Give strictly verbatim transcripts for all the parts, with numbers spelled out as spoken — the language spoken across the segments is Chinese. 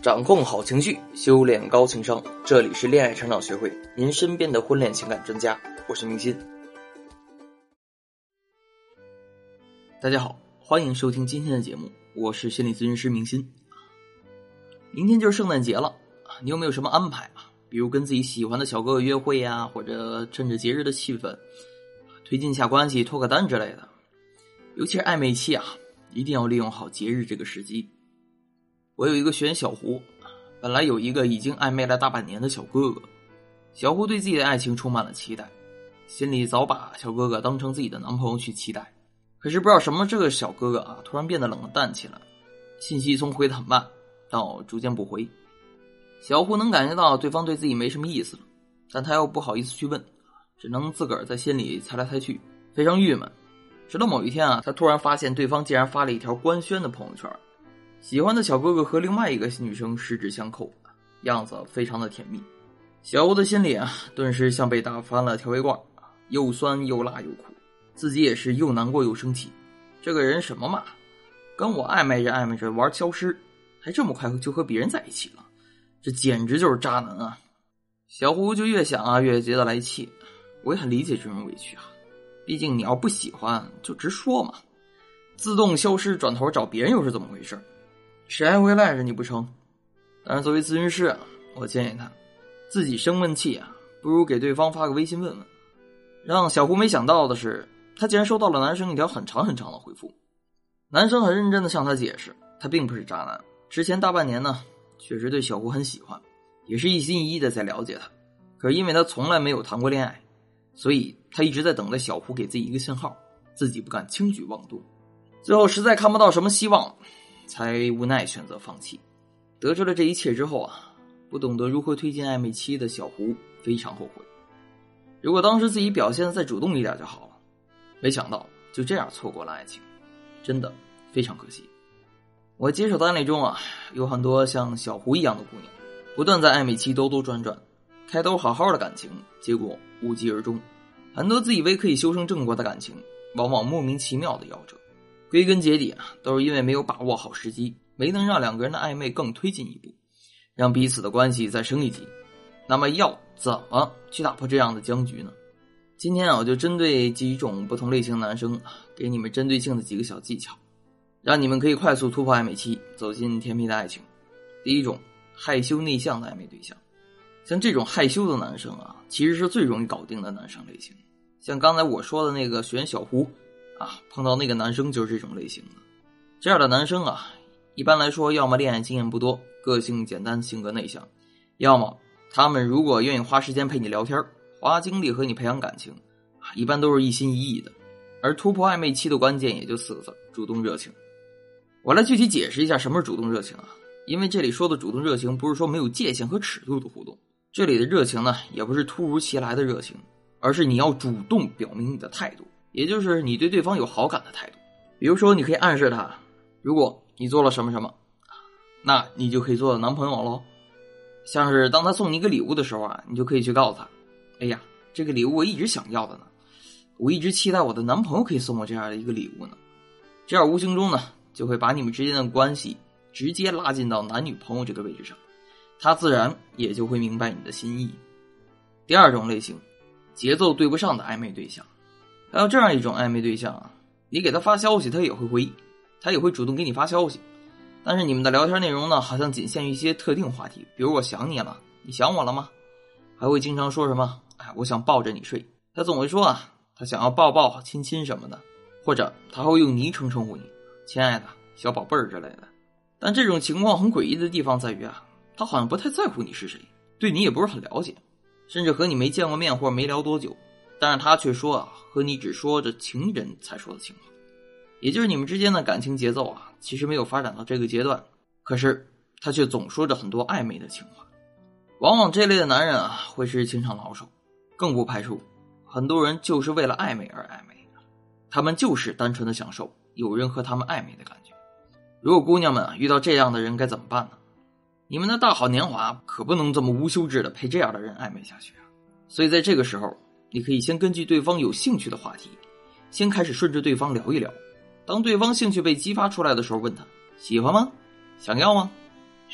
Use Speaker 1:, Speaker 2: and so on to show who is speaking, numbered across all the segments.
Speaker 1: 掌控好情绪，修炼高情商。这里是恋爱成长学会，您身边的婚恋情感专家，我是明心。大家好，欢迎收听今天的节目，我是心理咨询师明心。明天就是圣诞节了，你有没有什么安排啊？比如跟自己喜欢的小哥哥约会呀，或者趁着节日的气氛推进一下关系，脱个单之类的。尤其是暧昧期啊，一定要利用好节日这个时机。我有一个学员小胡，本来有一个已经暧昧了大半年的小哥哥，小胡对自己的爱情充满了期待，心里早把小哥哥当成自己的男朋友去期待。可是不知道什么，这个小哥哥啊，突然变得冷淡起来，信息从回得很慢到逐渐不回。小胡能感觉到对方对自己没什么意思了，但他又不好意思去问，只能自个儿在心里猜来猜去，非常郁闷。直到某一天啊，他突然发现对方竟然发了一条官宣的朋友圈，喜欢的小哥哥和另外一个女生十指相扣，样子非常的甜蜜。小胡的心里啊，顿时像被打翻了调味罐，又酸又辣又苦，自己也是又难过又生气。这个人什么嘛，跟我暧昧着暧昧着玩消失，还这么快就和别人在一起了，这简直就是渣男啊！小胡就越想啊越觉得来气，我也很理解这种委屈啊，毕竟你要不喜欢就直说嘛，自动消失转头找别人又是怎么回事？谁还会赖着你不成？但是作为咨询师啊，我建议他自己生闷气啊，不如给对方发个微信问问。让小胡没想到的是，他竟然收到了男生一条很长很长的回复。男生很认真的向他解释，他并不是渣男，之前大半年呢确实对小胡很喜欢，也是一心一意的在了解他，可是因为他从来没有谈过恋爱，所以他一直在等待小胡给自己一个信号，自己不敢轻举妄动。最后实在看不到什么希望，才无奈选择放弃。得知了这一切之后啊，不懂得如何推进暧昧期的小胡非常后悔，如果当时自己表现得再主动一点就好了，没想到就这样错过了爱情，真的非常可惜。我接手的案例中啊，有很多像小胡一样的姑娘，不断在暧昧期兜兜转转，开头好好的感情，结果无疾而终。很多自以为可以修成正果的感情，往往莫名其妙的夭折。归根结底啊，都是因为没有把握好时机，没能让两个人的暧昧更推进一步，让彼此的关系再升一级。那么要怎么去打破这样的僵局呢？今天啊，我就针对几种不同类型的男生，给你们针对性的几个小技巧，让你们可以快速突破暧昧期，走进甜蜜的爱情。第一种，害羞内向的暧昧对象。像这种害羞的男生啊，其实是最容易搞定的男生类型。像刚才我说的那个学员小胡啊，碰到那个男生就是这种类型的。这样的男生啊，一般来说要么恋爱经验不多，个性简单，性格内向，要么他们如果愿意花时间陪你聊天，花精力和你培养感情，一般都是一心一意的。而突破暧昧期的关键也就四个字，主动热情。我来具体解释一下什么是主动热情啊，因为这里说的主动热情不是说没有界限和尺度的互动，这里的热情呢，也不是突如其来的热情，而是你要主动表明你的态度，也就是你对对方有好感的态度。比如说你可以暗示他，如果你做了什么什么，那你就可以做男朋友咯。像是当他送你一个礼物的时候啊，你就可以去告诉他，哎呀，这个礼物我一直想要的呢，我一直期待我的男朋友可以送我这样的一个礼物呢。这样无形中呢，就会把你们之间的关系直接拉近到男女朋友这个位置上，他自然也就会明白你的心意。第二种类型，节奏对不上的暧昧对象。还有这样一种暧昧对象啊，你给他发消息他也会回，他也会主动给你发消息，但是你们的聊天内容呢，好像仅限于一些特定话题，比如我想你了，你想我了吗？还会经常说什么，哎，我想抱着你睡。他总会说啊，他想要抱抱亲亲什么的，或者他会用昵称称呼你，亲爱的小宝贝儿之类的。但这种情况很诡异的地方在于啊，他好像不太在乎你是谁，对你也不是很了解，甚至和你没见过面或者没聊多久，但是他却说啊，和你只说着情人才说的情话。也就是你们之间的感情节奏啊，其实没有发展到这个阶段，可是他却总说着很多暧昧的情话。往往这类的男人啊，会是情场老手，更不排除很多人就是为了暧昧而暧昧，他们就是单纯的享受有人和他们暧昧的感觉。如果姑娘们遇到这样的人该怎么办呢？你们的大好年华可不能这么无休止的陪这样的人暧昧下去啊！所以在这个时候，你可以先根据对方有兴趣的话题，先开始顺着对方聊一聊。当对方兴趣被激发出来的时候，问他喜欢吗？想要吗？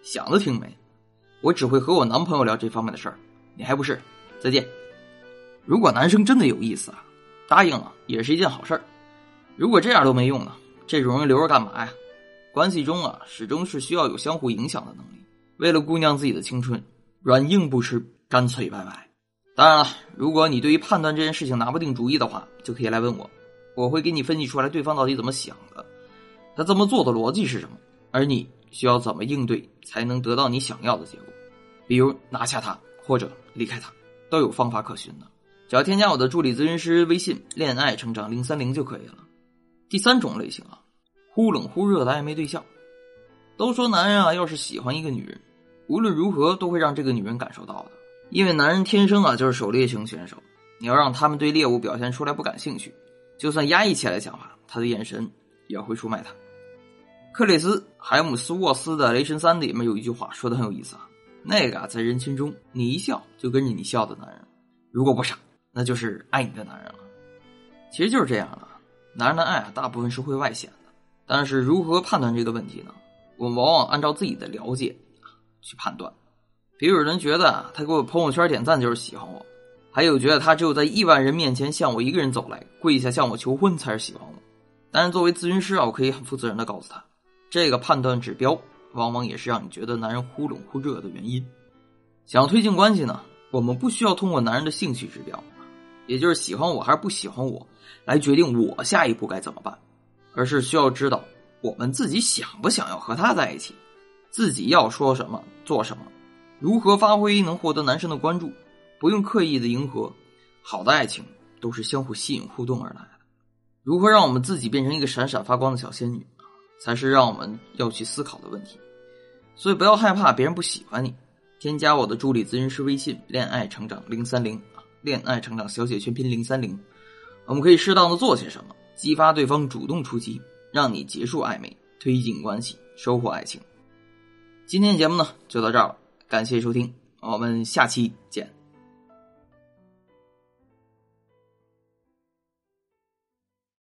Speaker 1: 想得挺美，我只会和我男朋友聊这方面的事儿，你还不是？再见。如果男生真的有意思啊，答应了也是一件好事儿。如果这样都没用呢，这种人留着干嘛呀？关系中啊，始终是需要有相互影响的能力。为了姑娘自己的青春，软硬不吃，干脆拜拜。当然了，如果你对于判断这件事情拿不定主意的话，就可以来问我，我会给你分析出来对方到底怎么想的，他这么做的逻辑是什么，而你需要怎么应对才能得到你想要的结果。比如拿下他或者离开他，都有方法可循的。只要添加我的助理咨询师微信恋爱成长零三零就可以了。第三种类型啊，忽冷忽热的暧昧对象。都说男人啊，要是喜欢一个女人，无论如何都会让这个女人感受到的。因为男人天生啊就是狩猎型选手，你要让他们对猎物表现出来不感兴趣，就算压抑起来讲话，他的眼神也会出卖他。克里斯海姆斯沃斯的雷神三里面有一句话说的很有意思啊，那个啊在人群中你一笑就跟着你笑的男人，如果不傻，那就是爱你的男人了。其实就是这样的，男人的爱啊大部分是会外显的，但是如何判断这个问题呢？我们往往按照自己的了解去判断。比如有人觉得他给我朋友圈点赞就是喜欢我，还有觉得他只有在亿万人面前向我一个人走来，跪下向我求婚才是喜欢我。但是作为咨询师啊，我可以很负责任的告诉他，这个判断指标往往也是让你觉得男人忽冷忽热的原因。想要推进关系呢，我们不需要通过男人的兴趣指标，也就是喜欢我还是不喜欢我来决定我下一步该怎么办，而是需要知道我们自己想不想要和他在一起，自己要说什么做什么，如何发挥能获得男生的关注，不用刻意的迎合。好的爱情都是相互吸引互动而来的。如何让我们自己变成一个闪闪发光的小仙女，才是让我们要去思考的问题。所以不要害怕别人不喜欢你，添加我的助理咨询师微信恋爱成长零三零，恋爱成长小写全拼零三零，我们可以适当的做些什么，激发对方主动出击，让你结束暧昧，推进关系，收获爱情。今天的节目呢就到这儿了，感谢收听，我们下期见。